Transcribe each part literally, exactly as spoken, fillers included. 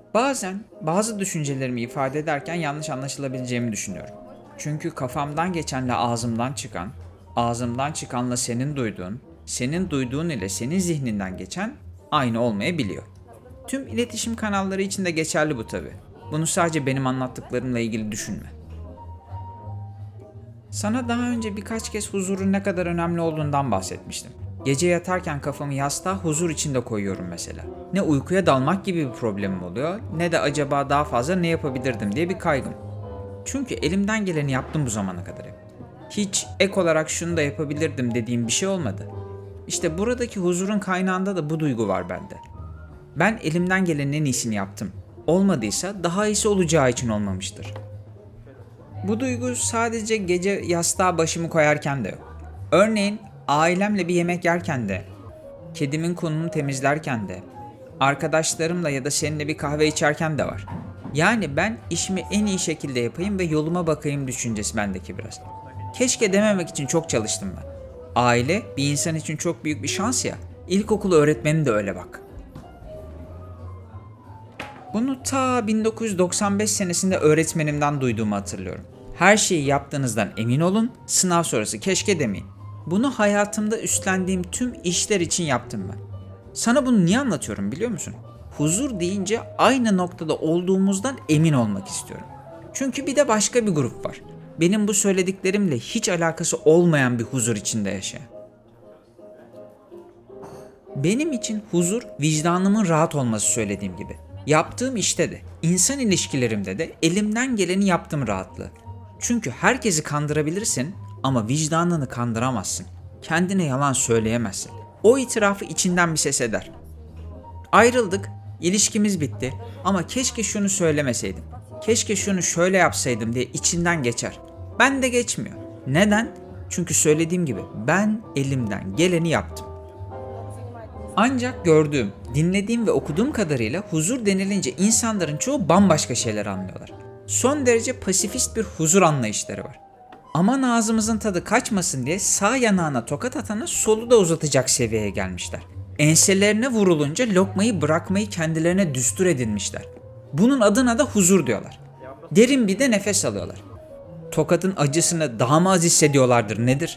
Bazen bazı düşüncelerimi ifade ederken yanlış anlaşılabileceğimi düşünüyorum. Çünkü kafamdan geçenle ağzımdan çıkan, ağzımdan çıkanla senin duyduğun, senin duyduğun ile senin zihninden geçen aynı olmayabiliyor. Tüm iletişim kanalları için de geçerli bu tabii. Bunu sadece benim anlattıklarımla ilgili düşünme. Sana daha önce birkaç kez huzurun ne kadar önemli olduğundan bahsetmiştim. Gece yatarken kafamı yastığa huzur içinde koyuyorum mesela. Ne uykuya dalmak gibi bir problemim oluyor, ne de acaba daha fazla ne yapabilirdim diye bir kaygım. Çünkü elimden geleni yaptım bu zamana kadar hep. Hiç ek olarak şunu da yapabilirdim dediğim bir şey olmadı. İşte buradaki huzurun kaynağında da bu duygu var bende. Ben elimden gelenin en iyisini yaptım. Olmadıysa daha iyisi olacağı için olmamıştır. Bu duygu sadece gece yastığa başımı koyarken de yok. Örneğin ailemle bir yemek yerken de, kedimin kumunu temizlerken de, arkadaşlarımla ya da seninle bir kahve içerken de var. Yani ben işimi en iyi şekilde yapayım ve yoluma bakayım düşüncesi bendeki biraz. Keşke dememek için çok çalıştım ben. Aile bir insan için çok büyük bir şans ya. İlkokul öğretmeni de öyle bak. Bunu ta bin dokuz yüz doksan beş senesinde öğretmenimden duyduğumu hatırlıyorum. Her şeyi yaptığınızdan emin olun, sınav sonrası keşke demeyin. Bunu hayatımda üstlendiğim tüm işler için yaptım ben. Sana bunu niye anlatıyorum biliyor musun? Huzur deyince aynı noktada olduğumuzdan emin olmak istiyorum. Çünkü bir de başka bir grup var. Benim bu söylediklerimle hiç alakası olmayan bir huzur içinde yaşayan. Benim için huzur vicdanımın rahat olması söylediğim gibi. Yaptığım işte de, insan ilişkilerimde de elimden geleni yaptım rahatlığı. Çünkü herkesi kandırabilirsin ama vicdanını kandıramazsın. Kendine yalan söyleyemezsin. O itirafı içinden bir ses eder. Ayrıldık, ilişkimiz bitti ama keşke şunu söylemeseydim. Keşke şunu şöyle yapsaydım diye içinden geçer. Ben de geçmiyor. Neden? Çünkü söylediğim gibi ben elimden geleni yaptım. Ancak gördüğüm, dinlediğim ve okuduğum kadarıyla huzur denilince insanların çoğu bambaşka şeyler anlıyorlar. Son derece pasifist bir huzur anlayışları var. Aman ağzımızın tadı kaçmasın diye sağ yanağına tokat atana solu da uzatacak seviyeye gelmişler. Enselerine vurulunca lokmayı bırakmayı kendilerine düstur edinmişler. Bunun adına da huzur diyorlar. Derin bir de nefes alıyorlar. Tokatın acısını daha mı az hissediyorlardır nedir?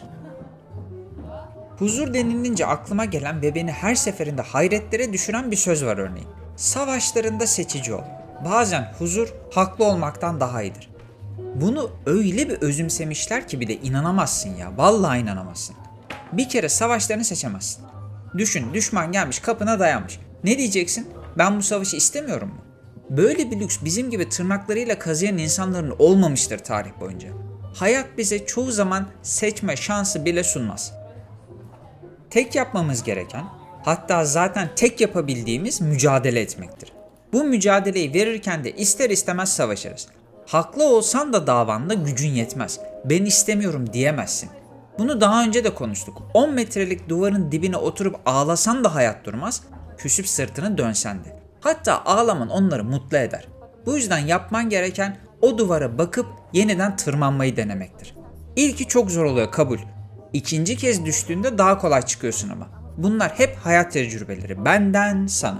Huzur denilince aklıma gelen ve beni her seferinde hayretlere düşüren bir söz var örneğin. Savaşlarında seçici ol. Bazen huzur haklı olmaktan daha iyidir. Bunu öyle bir özümsemişler ki bir de inanamazsın ya. Vallahi inanamazsın. Bir kere savaşlarını seçemezsin. Düşün, düşman gelmiş kapına dayanmış. Ne diyeceksin? Ben bu savaşı istemiyorum mu? Böyle bir lüks bizim gibi tırnaklarıyla kazıyan insanların olmamıştır tarih boyunca. Hayat bize çoğu zaman seçme şansı bile sunmaz. Tek yapmamız gereken, hatta zaten tek yapabildiğimiz mücadele etmektir. Bu mücadeleyi verirken de ister istemez savaşırız. Haklı olsan da davanda gücün yetmez. Ben istemiyorum diyemezsin. Bunu daha önce de konuştuk. on metrelik duvarın dibine oturup ağlasan da hayat durmaz, küsüp sırtını dönsen de. Hatta ağlaman onları mutlu eder. Bu yüzden yapman gereken o duvara bakıp yeniden tırmanmayı denemektir. İlki çok zor oluyor, kabul. İkinci kez düştüğünde daha kolay çıkıyorsun ama. Bunlar hep hayat tecrübeleri. Benden sana.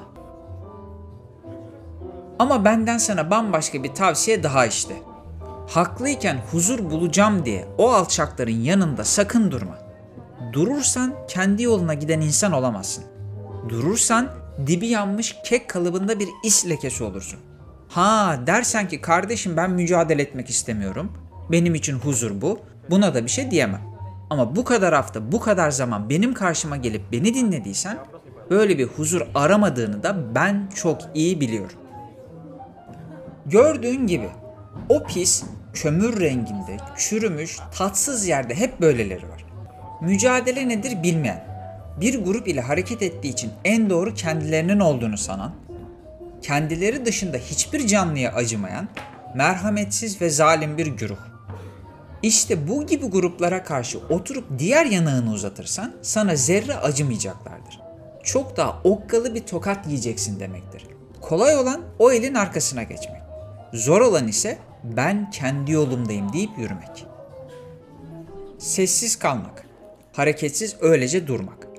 Ama benden sana bambaşka bir tavsiye daha işte. Haklıyken huzur bulacağım diye o alçakların yanında sakın durma. Durursan kendi yoluna giden insan olamazsın. Durursan dibi yanmış kek kalıbında bir is lekesi olursun. Ha dersen ki kardeşim ben mücadele etmek istemiyorum. Benim için huzur bu. Buna da bir şey diyemem. Ama bu kadar hafta, bu kadar zaman benim karşıma gelip beni dinlediysen böyle bir huzur aramadığını da ben çok iyi biliyorum. Gördüğün gibi o pis, kömür renginde, çürümüş, tatsız yerde hep böyleleri var. Mücadele nedir bilmeyen, bir grup ile hareket ettiği için en doğru kendilerinin olduğunu sanan, kendileri dışında hiçbir canlıya acımayan, merhametsiz ve zalim bir güruh. İşte bu gibi gruplara karşı oturup diğer yanağını uzatırsan sana zerre acımayacaklardır. Çok daha okkalı bir tokat yiyeceksin demektir. Kolay olan o elin arkasına geçmek. Zor olan ise ben kendi yolumdayım deyip yürümek. Sessiz kalmak, hareketsiz öylece durmak.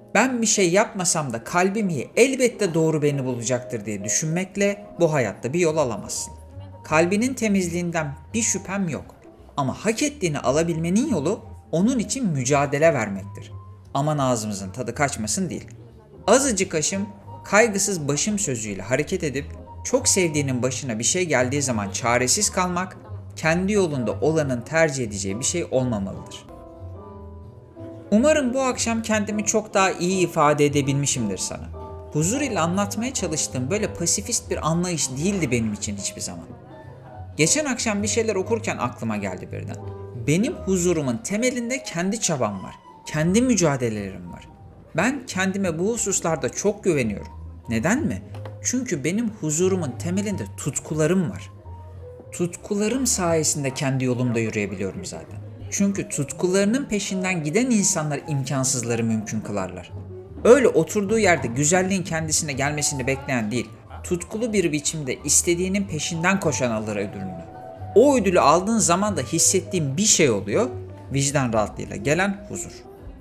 Ben bir şey yapmasam da kalbim iyi, elbette doğru beni bulacaktır diye düşünmekle bu hayatta bir yol alamazsın. Kalbinin temizliğinden bir şüphem yok. Ama hak ettiğini alabilmenin yolu onun için mücadele vermektir. Aman ağzımızın tadı kaçmasın değil. Azıcık aşım, kaygısız başım sözüyle hareket edip çok sevdiğinin başına bir şey geldiği zaman çaresiz kalmak, kendi yolunda olanın tercih edeceği bir şey olmamalıdır. Umarım bu akşam kendimi çok daha iyi ifade edebilmişimdir sana. Huzur ile anlatmaya çalıştığım böyle pasifist bir anlayış değildi benim için hiçbir zaman. Geçen akşam bir şeyler okurken aklıma geldi birden. Benim huzurumun temelinde kendi çabam var, kendi mücadelelerim var. Ben kendime bu hususlarda çok güveniyorum. Neden mi? Çünkü benim huzurumun temelinde tutkularım var. Tutkularım sayesinde kendi yolumda yürüyebiliyorum zaten. Çünkü tutkularının peşinden giden insanlar imkansızları mümkün kılarlar. Öyle oturduğu yerde güzelliğin kendisine gelmesini bekleyen değil, tutkulu bir biçimde istediğinin peşinden koşan alır ödülünü. O ödülü aldığın zaman da hissettiğin bir şey oluyor, vicdan rahatlığıyla gelen huzur.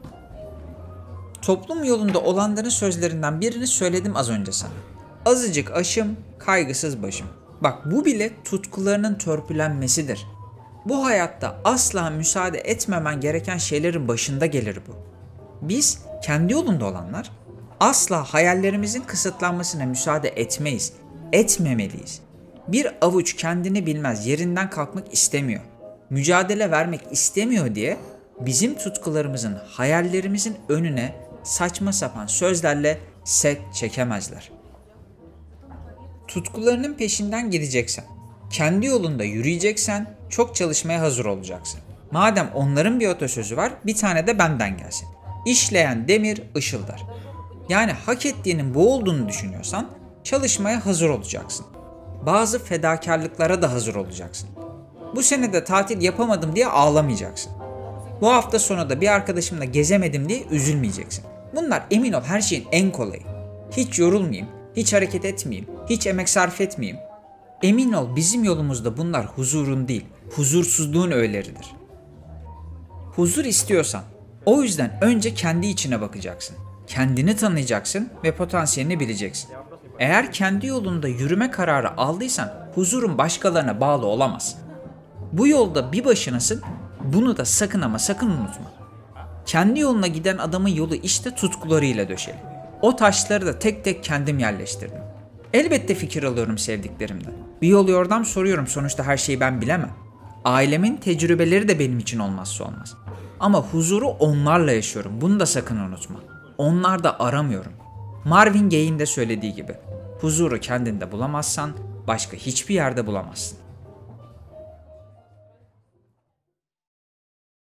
Toplum yolunda olanların sözlerinden birini söyledim az önce sana. Azıcık aşım, kaygısız başım. Bak bu bile tutkularının törpülenmesidir. Bu hayatta asla müsaade etmemen gereken şeylerin başında gelir bu. Biz kendi yolunda olanlar asla hayallerimizin kısıtlanmasına müsaade etmeyiz, etmemeliyiz. Bir avuç kendini bilmez yerinden kalkmak istemiyor, mücadele vermek istemiyor diye bizim tutkularımızın, hayallerimizin önüne saçma sapan sözlerle set çekemezler. Tutkularının peşinden gideceksen, kendi yolunda yürüyeceksen çok çalışmaya hazır olacaksın. Madem onların bir atasözü var, bir tane de benden gelsin. İşleyen demir ışıldar. Yani hak ettiğinin bu olduğunu düşünüyorsan çalışmaya hazır olacaksın. Bazı fedakarlıklara da hazır olacaksın. Bu sene de tatil yapamadım diye ağlamayacaksın. Bu hafta sonu da bir arkadaşımla gezemedim diye üzülmeyeceksin. Bunlar emin ol her şeyin en kolayı. Hiç yorulmayayım, hiç hareket etmeyeyim, hiç emek sarf etmeyeyim. Emin ol bizim yolumuzda bunlar huzurun değil, huzursuzluğun öğeleridir. Huzur istiyorsan, o yüzden önce kendi içine bakacaksın. Kendini tanıyacaksın ve potansiyelini bileceksin. Eğer kendi yolunda yürüme kararı aldıysan huzurun başkalarına bağlı olamaz. Bu yolda bir başınasın, bunu da sakın ama sakın unutma. Kendi yoluna giden adamın yolu işte tutkularıyla döşeli. O taşları da tek tek kendim yerleştirdim. Elbette fikir alıyorum sevdiklerimden. Bir yol yordam soruyorum, sonuçta her şeyi ben bilemem. Ailemin tecrübeleri de benim için olmazsa olmaz. Ama huzuru onlarla yaşıyorum, bunu da sakın unutma. Onlarda aramıyorum. Marvin Gaye'in de söylediği gibi, huzuru kendinde bulamazsan başka hiçbir yerde bulamazsın.